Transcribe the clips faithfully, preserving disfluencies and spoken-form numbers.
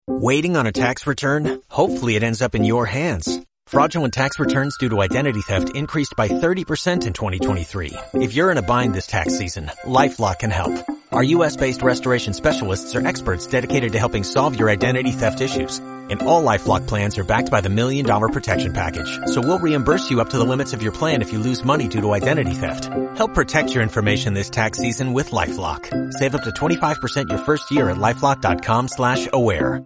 Waiting on a tax return? Hopefully it ends up in your hands. Fraudulent tax returns due to identity theft increased by thirty percent in twenty twenty-three. If you're in a bind this tax season, LifeLock can help. Our U S-based restoration specialists are experts dedicated to helping solve your identity theft issues. And all LifeLock plans are backed by the Million Dollar Protection Package. So we'll reimburse you up to the limits of your plan if you lose money due to identity theft. Help protect your information this tax season with LifeLock. Save up to twenty-five percent your first year at LifeLock.com slash aware.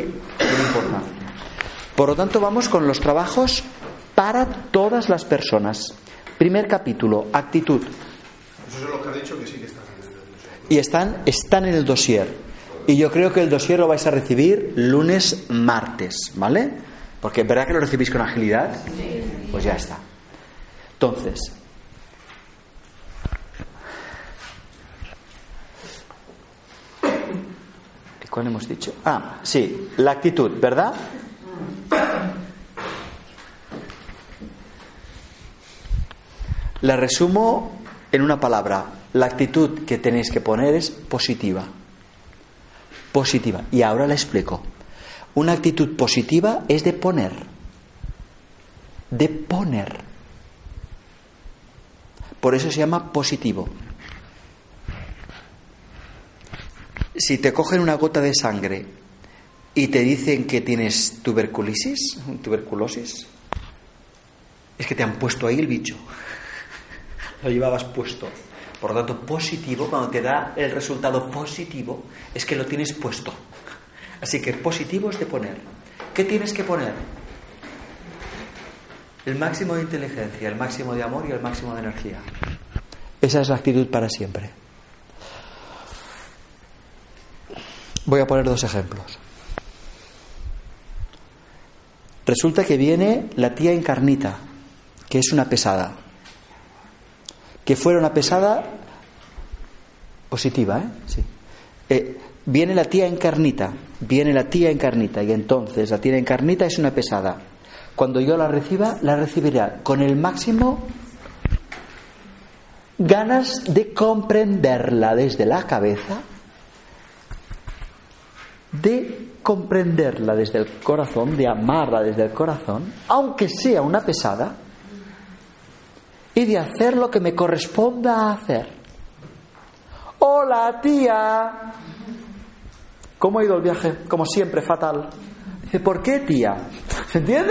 Por lo tanto, vamos con los trabajos para todas las personas. Primer capítulo, actitud. Eso es lo que ha dicho que sí que está en el dossier. Y están, están en el dossier. Y yo creo que el dossier lo vais a recibir lunes, martes, ¿vale? Porque ¿verdad que lo recibís con agilidad? Sí. Pues ya está. Entonces, ¿cuál hemos dicho? Ah, sí, la actitud, ¿verdad? La resumo en una palabra. La actitud que tenéis que poner es positiva. Positiva. Y ahora la explico. Una actitud positiva es de poner. De poner. Por eso se llama positivo. Si te cogen una gota de sangre y te dicen que tienes tuberculosis, tuberculosis, es que te han puesto ahí el bicho. Lo llevabas puesto. Por lo tanto, positivo, cuando te da el resultado positivo, es que lo tienes puesto. Así que positivo es de poner. ¿Qué tienes que poner? El máximo de inteligencia, el máximo de amor y el máximo de energía. Esa es la actitud para siempre. Voy a poner dos ejemplos. Resulta que viene la tía Encarnita, que es una pesada. Que fuera una pesada positiva, ¿eh? Sí. Eh, viene la tía Encarnita, viene la tía Encarnita, y entonces la tía Encarnita es una pesada. Cuando yo la reciba, la recibirá con el máximo ganas de comprenderla desde la cabeza, de comprenderla desde el corazón, de amarla desde el corazón, aunque sea una pesada, y de hacer lo que me corresponda hacer. Hola, tía. ¿Cómo ha ido el viaje? Como siempre, fatal. Dice, ¿por qué, tía? ¿Se entiende?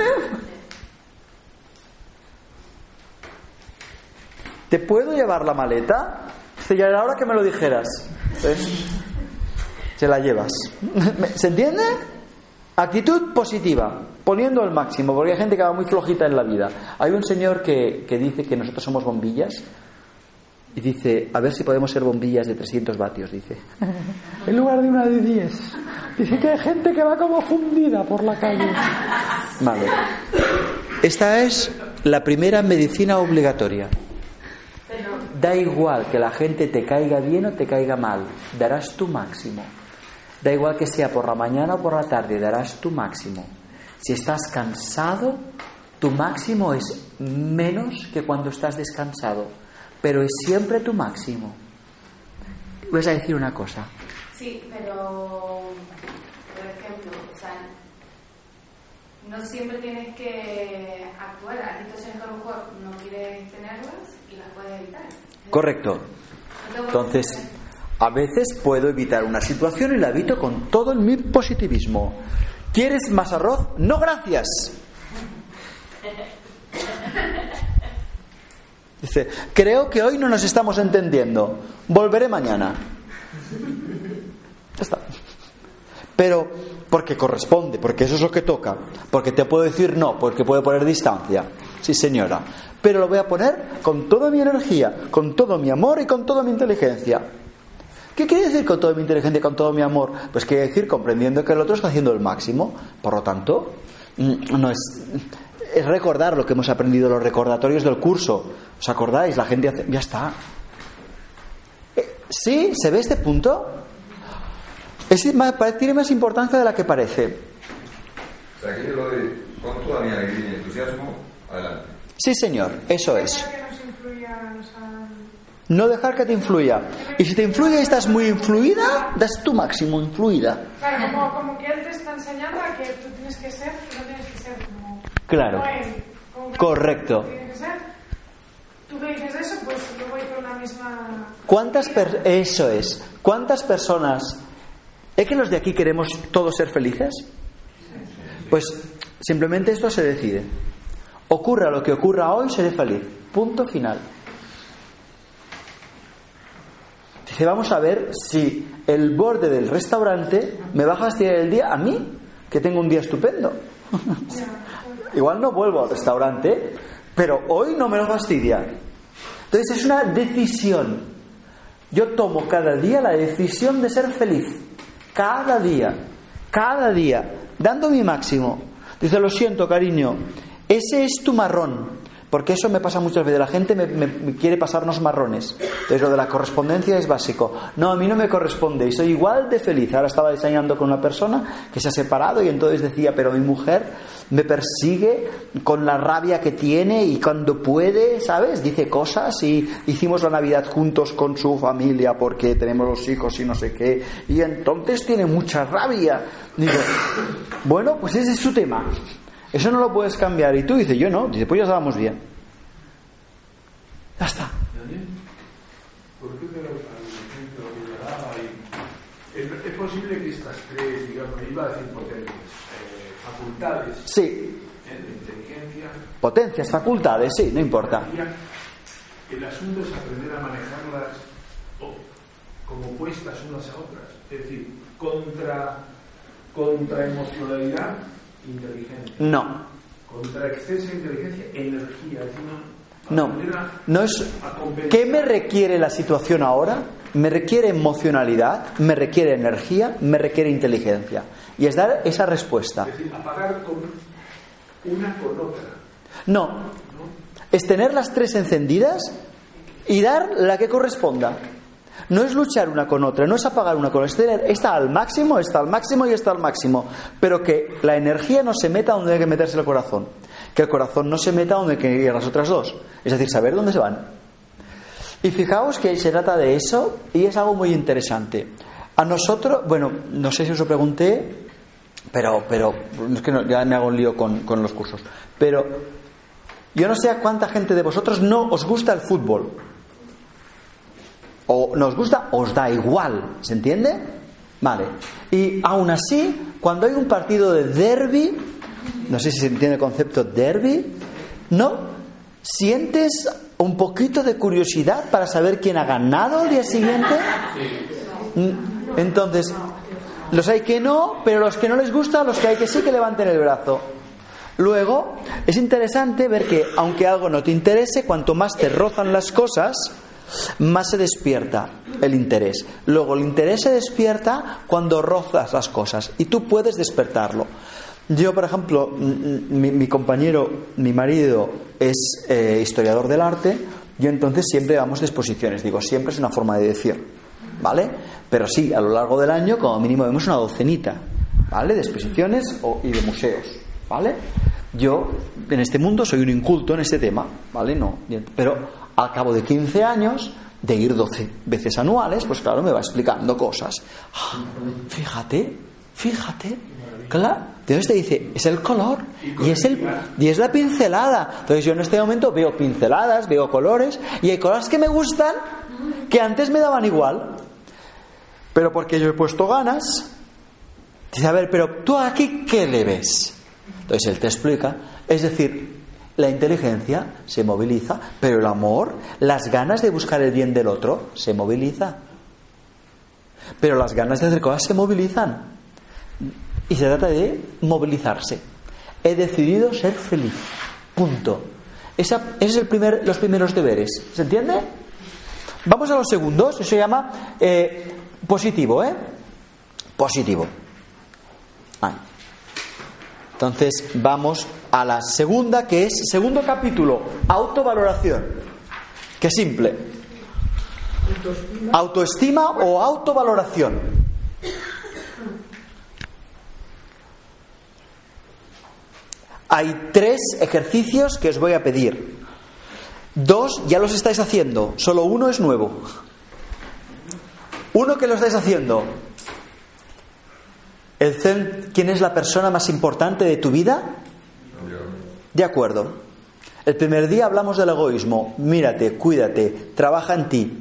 ¿Te puedo llevar la maleta? Dice, ya era hora que me lo dijeras. ¿Ves? Se la llevas. ¿Se entiende? Actitud positiva, poniendo el máximo, porque hay gente que va muy flojita en la vida. Hay un señor que, que dice que nosotros somos bombillas y dice, a ver si podemos ser bombillas de trescientos vatios, dice. En lugar de una de diez. Dice que hay gente que va como fundida por la calle. Vale. Esta es la primera medicina obligatoria. Da igual que la gente te caiga bien o te caiga mal, darás tu máximo. Da igual que sea por la mañana o por la tarde, darás tu máximo. Si estás cansado, tu máximo es menos que cuando estás descansado, pero es siempre tu máximo. ¿Vas a decir una cosa? Sí, pero, por ejemplo, o sea, no siempre tienes que actuar. Hay situaciones que a lo mejor no quieres tenerlas y las puedes evitar. Correcto. Entonces, a veces puedo evitar una situación y la evito con todo mi positivismo. ¿Quieres más arroz? No, gracias. Dice, creo que hoy no nos estamos entendiendo. Volveré mañana. Ya está. Pero porque corresponde, porque eso es lo que toca. Porque te puedo decir no, porque puedo poner distancia. Sí, señora. Pero lo voy a poner con toda mi energía, con todo mi amor y con toda mi inteligencia. ¿Qué quiere decir con toda mi inteligencia y con todo mi amor? Pues quiere decir comprendiendo que el otro está haciendo el máximo. Por lo tanto, no es, es recordar lo que hemos aprendido en los recordatorios del curso. ¿Os acordáis? La gente hace, ya está. ¿Sí? ¿Se ve este punto? Es más, tiene más importancia de la que parece. O sea, que yo lo doy con toda mi alegría y entusiasmo, adelante. Sí, señor, eso es. No dejar que te influya. Y si te influye y estás muy influida, das tu máximo, influida. Claro, como, como que él te está enseñando a que tú tienes que ser, que no tienes que ser como... Claro. como él. Como que Correcto. tiene que ser. Tú me dices eso, pues yo voy con la misma... ¿Cuántas per- Eso es. ¿Cuántas personas... ¿Es que los de aquí queremos todos ser felices? Pues simplemente esto se decide. Ocurra lo que ocurra hoy, seré feliz. Punto final. Dice, vamos a ver si el borde del restaurante me va a fastidiar el día a mí, que tengo un día estupendo. Igual no vuelvo al restaurante, pero hoy no me lo fastidia. Entonces es una decisión. Yo tomo cada día la decisión de ser feliz. Cada día. Cada día. Dando mi máximo. Dice, lo siento, cariño. Ese es tu marrón. Porque eso me pasa muchas veces. La gente me, me, me quiere pasarnos marrones. Entonces lo de la correspondencia es básico. No, a mí no me corresponde y soy igual de feliz. Ahora estaba diseñando con una persona que se ha separado y entonces decía, pero mi mujer me persigue con la rabia que tiene y cuando puede, ¿sabes? Dice cosas y hicimos la Navidad juntos con su familia porque tenemos los hijos y no sé qué. Y entonces tiene mucha rabia. Digo, bueno, pues ese es su tema. Eso no lo puedes cambiar. Y tú dices, yo no. Dice, pues ya estábamos bien. Ya está. Daniel, ¿por qué te lo ejemplo que yo daba? Y es, es posible que estas tres, digamos, iba a decir potencias, eh, facultades Sí. eh, de inteligencia, Potencias, facultades, sí, no importa. el asunto es aprender a manejarlas oh, como opuestas unas a otras. Es decir, contra, contra emocionalidad, inteligencia. No. Contra exceso de inteligencia, energía. Es decir, No, no es... ¿Qué me requiere la situación ahora? Me requiere emocionalidad, me requiere energía, me requiere inteligencia. Y es dar esa respuesta. Es decir, apagar con una con otra. No, es tener las tres encendidas y dar la que corresponda. No es luchar una con otra, no es apagar una con otra, es tener esta al máximo, esta al máximo y esta al máximo. Pero que la energía no se meta donde hay que meterse el corazón. Que el corazón no se meta donde hay que ir las otras dos. Es decir, saber dónde se van. Y fijaos que se trata de eso y es algo muy interesante. A nosotros, bueno, no sé si os lo pregunté, pero, pero es que no, ya me hago un lío con, con los cursos. Pero yo no sé a cuánta gente de vosotros no os gusta el fútbol. O nos gusta, os da igual, ¿se entiende? Vale. Y aún así, cuando hay un partido de derbi, no sé si se entiende el concepto derbi, ¿no? ¿Sientes un poquito de curiosidad para saber quién ha ganado el día siguiente? Entonces, los hay que no, pero los que no les gusta, los que hay que sí, que levanten el brazo. Luego, es interesante ver que, aunque algo no te interese, cuanto más te rozan las cosas, más se despierta el interés. Luego el interés se despierta cuando rozas las cosas y tú puedes despertarlo. Yo, por ejemplo, mi, mi compañero, mi marido es eh, historiador del arte. Yo entonces siempre vamos de exposiciones. Digo, siempre es una forma de decir, ¿vale? Pero sí, a lo largo del año como mínimo vemos una docenita, ¿vale? De exposiciones o, y de museos, ¿vale? Yo en este mundo soy un inculto en este tema, ¿vale? No, pero al cabo de quince años de ir doce veces anuales, pues claro, me va explicando cosas. Ah, fíjate, fíjate, claro. Entonces te dice, es el color y es el y es la pincelada. Entonces yo en este momento veo pinceladas, veo colores y hay colores que me gustan que antes me daban igual, pero porque yo he puesto ganas. Dice, a ver, pero tú aquí ¿qué le ves? Entonces él te explica, es decir, la inteligencia se moviliza, pero el amor, las ganas de buscar el bien del otro, se moviliza. Pero las ganas de hacer cosas se movilizan. Y se trata de movilizarse. He decidido ser feliz. Punto. Esa, ese es el primer, los primeros deberes. ¿Se entiende? Vamos a los segundos. Eso se llama eh, positivo, ¿eh? Positivo. Ahí. Entonces vamos a la segunda, que es segundo capítulo, autovaloración. Qué simple. Autoestima o autovaloración. Hay tres ejercicios que os voy a pedir. Dos, ya los estáis haciendo. Solo uno es nuevo. Uno que lo estáis haciendo. El cen- ¿Quién es la persona más importante de tu vida? De acuerdo. El primer día hablamos del egoísmo. Mírate, cuídate, trabaja en ti.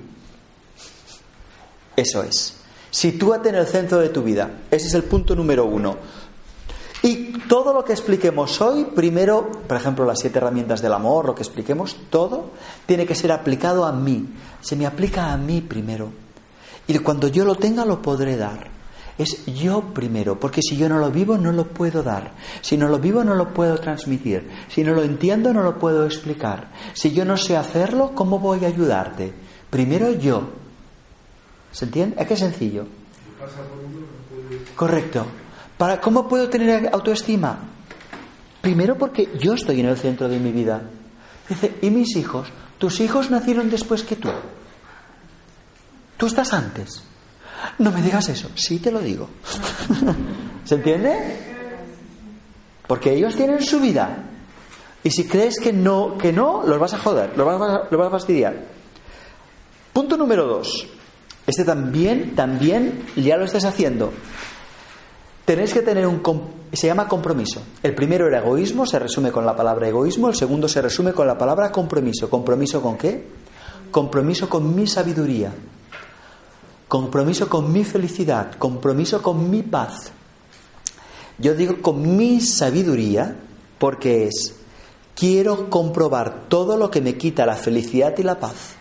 Eso es. Sitúate en el centro de tu vida. Ese es el punto número uno. Y todo lo que expliquemos hoy, primero, por ejemplo, las siete herramientas del amor, lo que expliquemos, todo tiene que ser aplicado a mí. Se me aplica a mí primero. Y cuando yo lo tenga, lo podré dar. Es yo primero, porque si yo no lo vivo, no lo puedo dar. Si no lo vivo, no lo puedo transmitir. Si no lo entiendo, no lo puedo explicar. Si yo no sé hacerlo, ¿cómo voy a ayudarte? Primero yo. ¿Se entiende? Es que es sencillo. Correcto. ¿Para cómo puedo tener autoestima? Primero porque yo estoy en el centro de mi vida. Dice, ¿y mis hijos? ¿Tus hijos nacieron después que tú? ¿Tú estás antes? No me digas eso. Sí te lo digo. ¿Se entiende? Porque ellos tienen su vida. Y si crees que no, que no, los vas a joder, los vas a, los vas a fastidiar. Punto número dos. Este también, también ya lo estás haciendo. Tenéis que tener un... Se llama compromiso. El primero era egoísmo, se resume con la palabra egoísmo. El segundo se resume con la palabra compromiso. ¿Compromiso con qué? Compromiso con mi sabiduría. Compromiso con mi felicidad. Compromiso con mi paz. Yo digo con mi sabiduría porque es... Quiero comprobar todo lo que me quita la felicidad y la paz.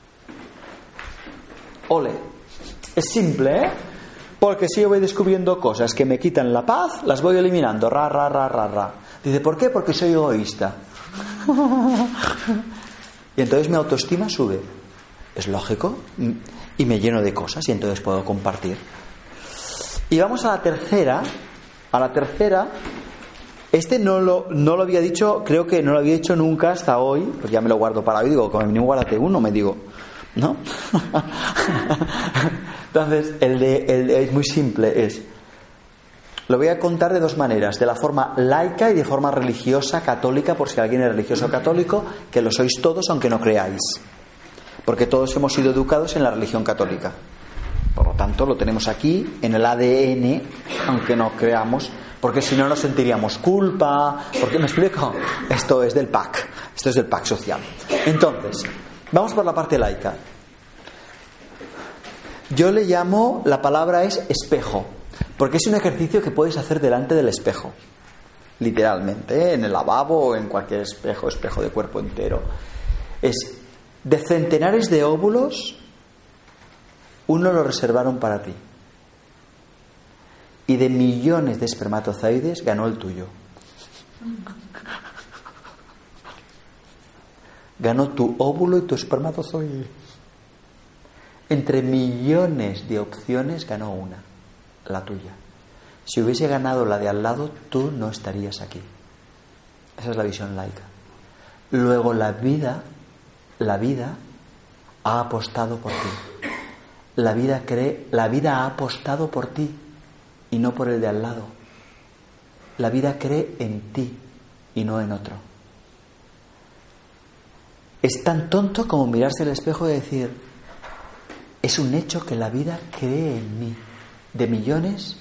Ole. Es simple, ¿eh? Porque si yo voy descubriendo cosas que me quitan la paz, las voy eliminando. Ra, ra, ra, ra, ra. Dice, ¿por qué? Porque soy egoísta. Y entonces mi autoestima sube. Es lógico. Y me lleno de cosas y entonces puedo compartir. Y vamos a la tercera. A la tercera. Este no lo, no lo había dicho, creo que no lo había dicho nunca hasta hoy. Pues ya me lo guardo para hoy. Digo, como mínimo guárdate uno, me digo. ¿No? Entonces, el de, el de, es muy simple, es... Lo voy a contar de dos maneras, de la forma laica y de forma religiosa, católica, por si alguien es religioso católico, que lo sois todos aunque no creáis. Porque todos hemos sido educados en la religión católica. Por lo tanto, lo tenemos aquí, en el A D N, aunque no creamos, porque si no nos sentiríamos culpa. ¿Por qué me explico? Esto es del P A C, esto es del P A C social. Entonces... Vamos por la parte laica. Yo le llamo, la palabra es espejo, porque es un ejercicio que puedes hacer delante del espejo, literalmente, ¿eh? En el lavabo o en cualquier espejo, espejo de cuerpo entero. Es de centenares de óvulos, uno lo reservaron para ti, y de millones de espermatozoides ganó el tuyo. Ganó tu óvulo y tu espermatozoide. Entre millones de opciones ganó una, la tuya. Si hubiese ganado la de al lado, tú no estarías aquí. Esa es la visión laica. Luego la vida, la vida ha apostado por ti. La vida cree, la vida ha apostado por ti y no por el de al lado. La vida cree en ti y no en otro. Es tan tonto como mirarse al espejo y decir, es un hecho que la vida cree en mí. De millones,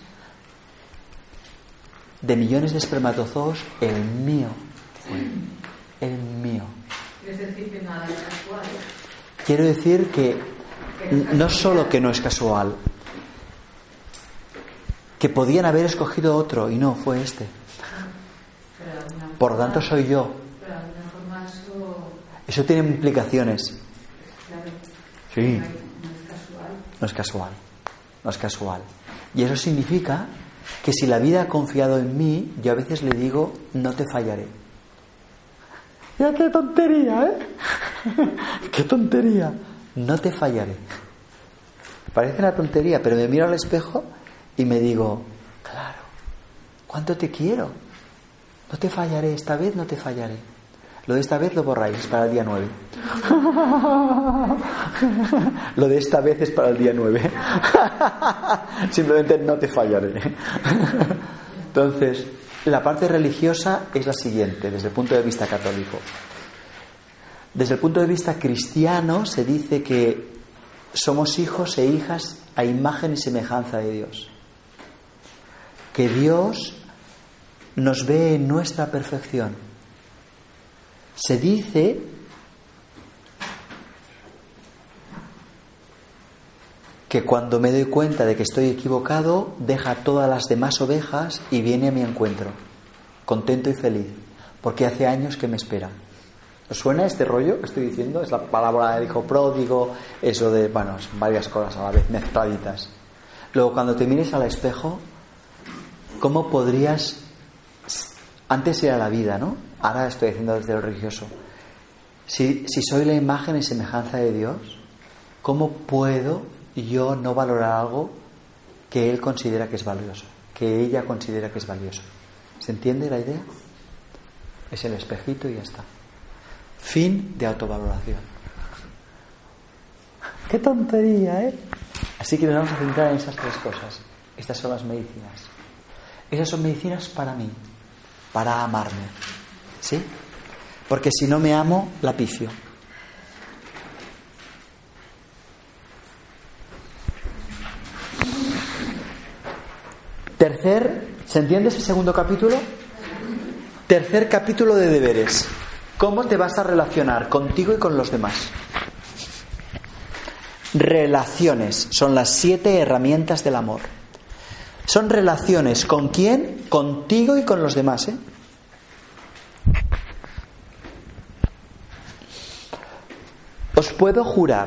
de millones de espermatozoos, el mío fue, el mío. ¿Quieres decir que nada es casual? Quiero decir que no solo que no es casual, que podían haber escogido otro y no, fue este. Por lo tanto soy yo. Eso tiene implicaciones. Sí. No es casual. No es casual. Y eso significa que si la vida ha confiado en mí, yo a veces le digo, no te fallaré. Ya qué tontería, ¿eh? Qué tontería. No te fallaré. Parece una tontería, pero me miro al espejo y me digo, claro, ¿cuánto te quiero? No te fallaré, esta vez no te fallaré. Lo de esta vez lo borráis, es para el día nueve. Lo de esta vez es para el día nueve. Simplemente no te fallaré. Entonces, la parte religiosa es la siguiente, desde el punto de vista católico. Desde el punto de vista cristiano se dice que somos hijos e hijas a imagen y semejanza de Dios. Que Dios nos ve en nuestra perfección. Se dice que cuando me doy cuenta de que estoy equivocado, deja a todas las demás ovejas y viene a mi encuentro, contento y feliz, porque hace años que me espera. ¿Os suena este rollo que estoy diciendo? Es la palabra del hijo pródigo, eso de, bueno, son varias cosas a la vez mezcladitas. Luego, cuando te mires al espejo, ¿cómo podrías? Antes era la vida, ¿no? Ahora estoy diciendo desde lo religioso. Si, si soy la imagen y semejanza de Dios, ¿cómo puedo yo no valorar algo que Él considera que es valioso? Que ella considera que es valioso. ¿Se entiende la idea? Es el espejito y ya está. Fin de autovaloración. ¡Qué tontería, eh! Así que nos vamos a centrar en esas tres cosas. Estas son las medicinas. Esas son medicinas para mí, para amarme. ¿Sí? Porque si no me amo, la pifio. Tercer, ¿se entiende ese segundo capítulo? Tercer capítulo de deberes. ¿Cómo te vas a relacionar contigo y con los demás? Relaciones son las siete herramientas del amor. Son relaciones ¿con quién? Contigo y con los demás, ¿eh? Os puedo jurar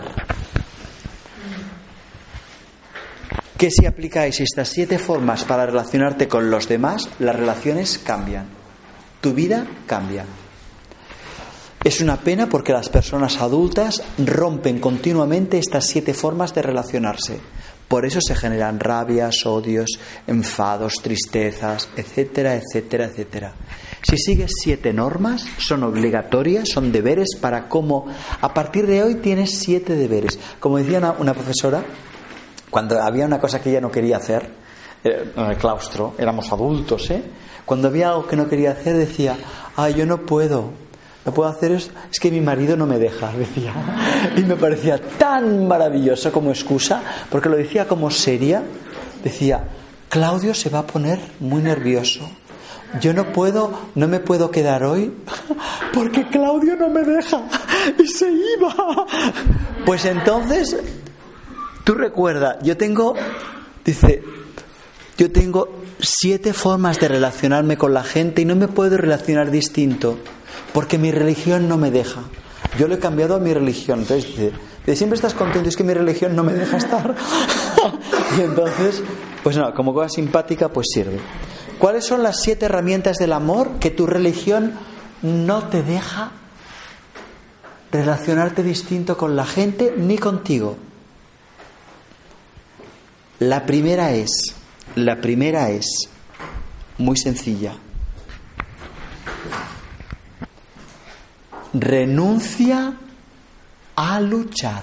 que si aplicáis estas siete formas para relacionarte con los demás, las relaciones cambian. Tu vida cambia. Es una pena porque las personas adultas rompen continuamente estas siete formas de relacionarse. Por eso se generan rabias, odios, enfados, tristezas, etcétera, etcétera, etcétera. Si sigues siete normas, son obligatorias, son deberes para cómo, a partir de hoy tienes siete deberes. Como decía una, una profesora, cuando había una cosa que ella no quería hacer, eh, en el claustro, éramos adultos, ¿eh? Cuando había algo que no quería hacer, decía, ah, yo no puedo, no puedo hacer eso, es que mi marido no me deja, decía. Y me parecía tan maravilloso como excusa, porque lo decía como seria, decía, Claudio se va a poner muy nervioso. Yo no puedo, no me puedo quedar hoy porque Claudio no me deja y se iba. Pues entonces, tú recuerda, yo tengo, dice, yo tengo siete formas de relacionarme con la gente y no me puedo relacionar distinto porque mi religión no me deja. Yo lo he cambiado a mi religión. Entonces dice, de siempre estás contento, es que mi religión no me deja estar. Y entonces, pues no, como cosa simpática, pues sirve. ¿Cuáles son las siete herramientas del amor que tu religión no te deja relacionarte distinto con la gente ni contigo? La primera es, la primera es muy sencilla. Renuncia a luchar.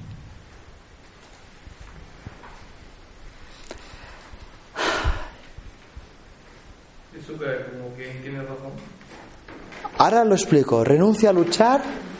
Eso que como que tiene razón. Ahora lo explico. Renuncia a luchar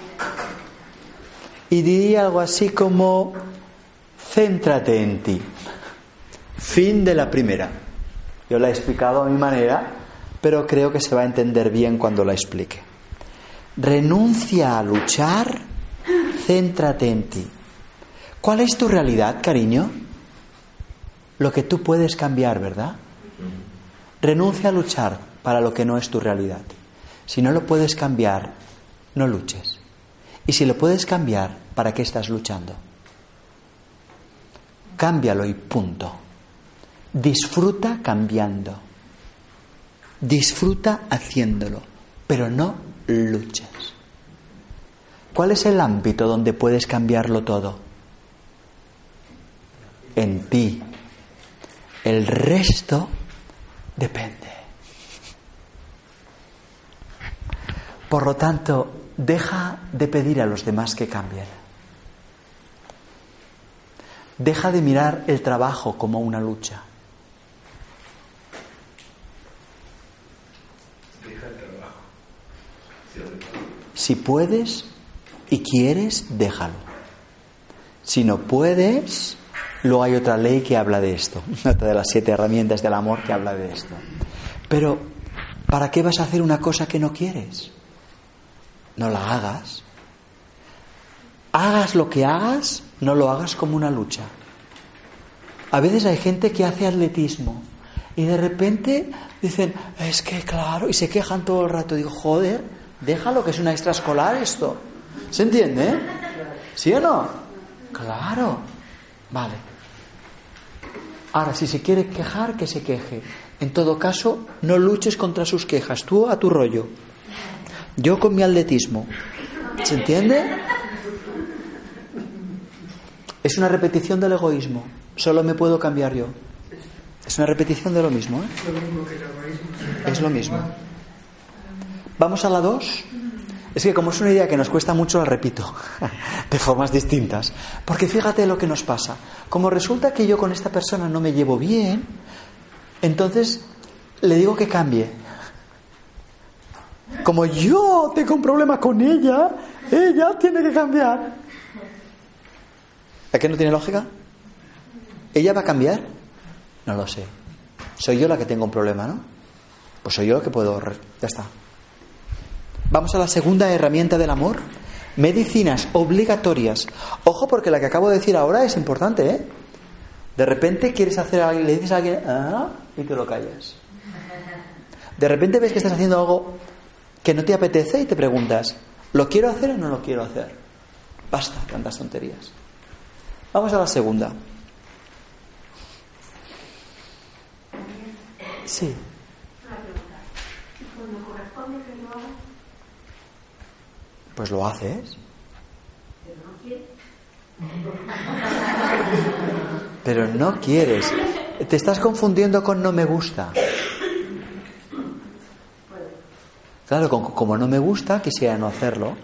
y diría algo así como céntrate en ti. Fin de la primera. Yo la he explicado a mi manera, pero creo que se va a entender bien cuando la explique. Renuncia a luchar, céntrate en ti. ¿Cuál es tu realidad, cariño? Lo que tú puedes cambiar, ¿verdad? Renuncia a luchar para lo que no es tu realidad. Si no lo puedes cambiar, no luches. Y si lo puedes cambiar, ¿para qué estás luchando? Cámbialo y punto. Disfruta cambiando. Disfruta haciéndolo, pero no luches. ¿Cuál es el ámbito donde puedes cambiarlo todo? En ti. El resto depende. Por lo tanto, deja de pedir a los demás que cambien. Deja de mirar el trabajo como una lucha. Deja el trabajo. Si puedes, y quieres, déjalo. Si no puedes, luego hay otra ley que habla de esto, otra de las siete herramientas del amor que habla de esto. Pero, ¿para qué vas a hacer una cosa que no quieres? No la hagas. Hagas lo que hagas, no lo hagas como una lucha. A veces hay gente que hace atletismo y de repente dicen, es que claro, y se quejan todo el rato. Digo, joder, déjalo, que es una extraescolar esto. ¿Se entiende? ¿Sí o no? Claro. Vale. Ahora, si se quiere quejar, que se queje. En todo caso, no luches contra sus quejas. Tú a tu rollo. Yo con mi atletismo. ¿Se entiende? Es una repetición del egoísmo. Solo me puedo cambiar yo. Es una repetición de lo mismo, ¿eh? Es lo mismo. Vamos a la dos. Es que como es una idea que nos cuesta mucho, la repito de formas distintas. Porque fíjate lo que nos pasa. Como resulta que yo con esta persona no me llevo bien, entonces le digo que cambie. Como yo tengo un problema con ella, ella tiene que cambiar. ¿A qué no tiene lógica? ¿Ella va a cambiar? No lo sé. Soy yo la que tengo un problema, ¿no? Pues soy yo la que puedo... Ya está. Vamos a la segunda herramienta del amor. Medicinas obligatorias. Ojo, porque la que acabo de decir ahora es importante, ¿eh? De repente quieres hacer algo y le dices a alguien, ah, y te lo callas. De repente ves que estás haciendo algo que no te apetece y te preguntas, ¿lo quiero hacer o no lo quiero hacer? Basta, tantas tonterías. Vamos a la segunda. Sí. Una pregunta. ¿Cuando corresponde que lo hagas? Pues lo haces. Pero no quieres. Pero no quieres. Te estás confundiendo con no me gusta. Claro, como no me gusta, quisiera no hacerlo.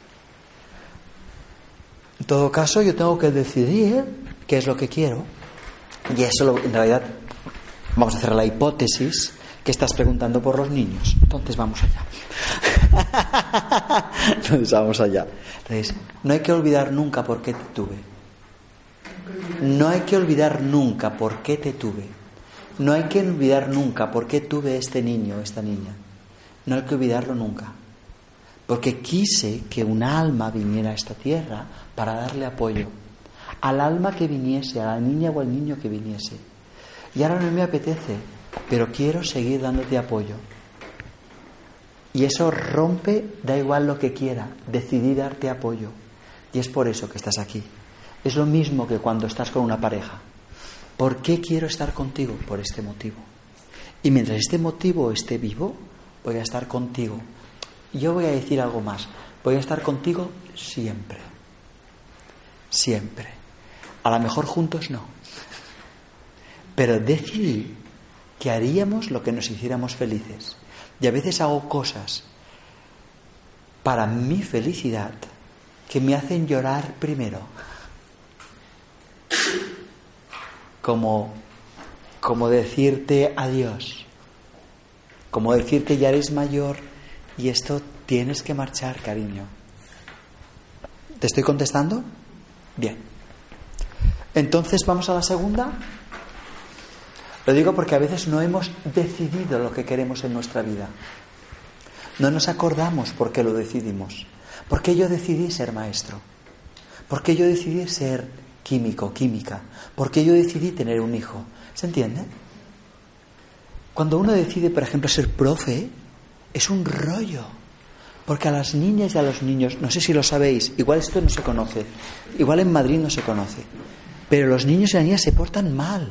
En todo caso, yo tengo que decidir qué es lo que quiero. Y eso, lo, en realidad, vamos a hacer la hipótesis que estás preguntando por los niños. Entonces vamos allá. Entonces vamos allá. Entonces, no hay que olvidar nunca por qué te tuve. No hay que olvidar nunca por qué te tuve. No hay que olvidar nunca por qué tuve este niño o esta niña. No hay que olvidarlo nunca. Porque quise que un alma viniera a esta tierra para darle apoyo. Al alma que viniese, a la niña o al niño que viniese. Y ahora no me apetece, pero quiero seguir dándote apoyo. Y eso rompe, da igual lo que quiera, decidí darte apoyo. Y es por eso que estás aquí. Es lo mismo que cuando estás con una pareja. ¿Por qué quiero estar contigo? Por este motivo. Y mientras este motivo esté vivo, voy a estar contigo. Yo voy a decir algo más. Voy a estar contigo siempre. Siempre. A lo mejor juntos no. Pero decidí que haríamos lo que nos hiciéramos felices. Y a veces hago cosas para mi felicidad que me hacen llorar primero. Como, como decirte adiós. Como decirte ya eres mayor y esto tienes que marchar, cariño. ¿Te estoy contestando? Bien. Entonces vamos a la segunda. Lo digo porque a veces no hemos decidido lo que queremos en nuestra vida. No nos acordamos por qué lo decidimos. ¿Por qué yo decidí ser maestro? ¿Por qué yo decidí ser químico, química? ¿Por qué yo decidí tener un hijo? ¿Se entiende? Cuando uno decide, por ejemplo, ser profe, es un rollo. Porque a las niñas y a los niños, no sé si lo sabéis, igual esto no se conoce, igual en Madrid no se conoce, pero los niños y las niñas se portan mal.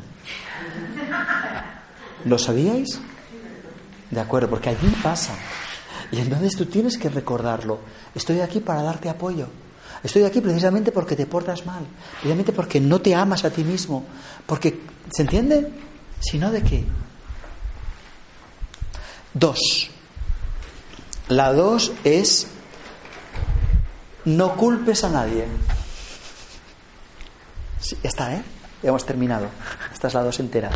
¿Lo sabíais? De acuerdo, porque allí pasa. Y entonces tú tienes que recordarlo. Estoy aquí para darte apoyo. Estoy aquí precisamente porque te portas mal. Precisamente porque no te amas a ti mismo. Porque, ¿se entiende? Si no, ¿de qué? Dos. La dos es no culpes a nadie. Sí, ya está, ¿eh? Ya hemos terminado. Esta es la dos entera.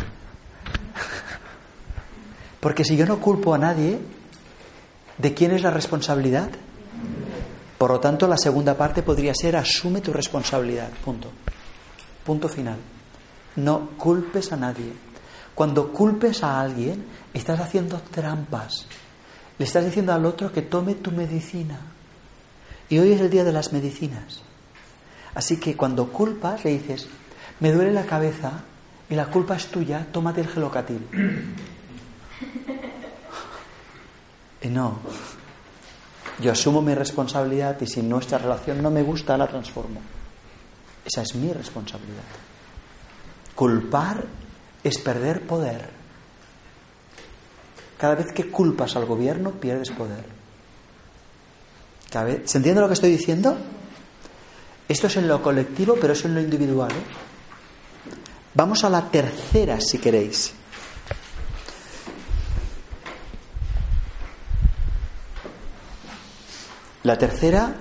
Porque si yo no culpo a nadie, ¿de quién es la responsabilidad? Por lo tanto, la segunda parte podría ser: asume tu responsabilidad. Punto. Punto final. No culpes a nadie. Cuando culpes a alguien, estás haciendo trampas. Le estás diciendo al otro que tome tu medicina. Y hoy es el día de las medicinas. Así que cuando culpas, le dices: me duele la cabeza y la culpa es tuya, tómate el Gelocatil. Y no. Yo asumo mi responsabilidad y si nuestra relación no me gusta, la transformo. Esa es mi responsabilidad. Culpar es perder poder. Cada vez que culpas al gobierno, pierdes poder. Cada vez... ¿Se entiende lo que estoy diciendo? Esto es en lo colectivo, pero es en lo individual, ¿eh? Vamos a la tercera, si queréis. La tercera...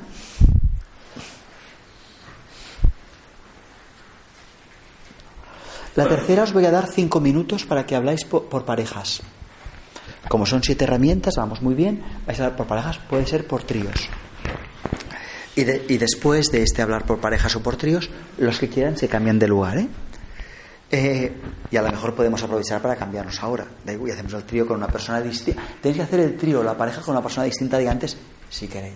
La tercera os voy a dar cinco minutos para que habláis por, por parejas. Como son siete herramientas, vamos muy bien. Vais a hablar por parejas, puede ser por tríos. Y, de, y después de este hablar por parejas o por tríos, los que quieran se cambian de lugar, ¿eh? Eh, y a lo mejor podemos aprovechar para cambiarnos ahora. De ahí hacemos el trío con una persona distinta. Tenéis que hacer el trío, la pareja con una persona distinta de antes, si queréis.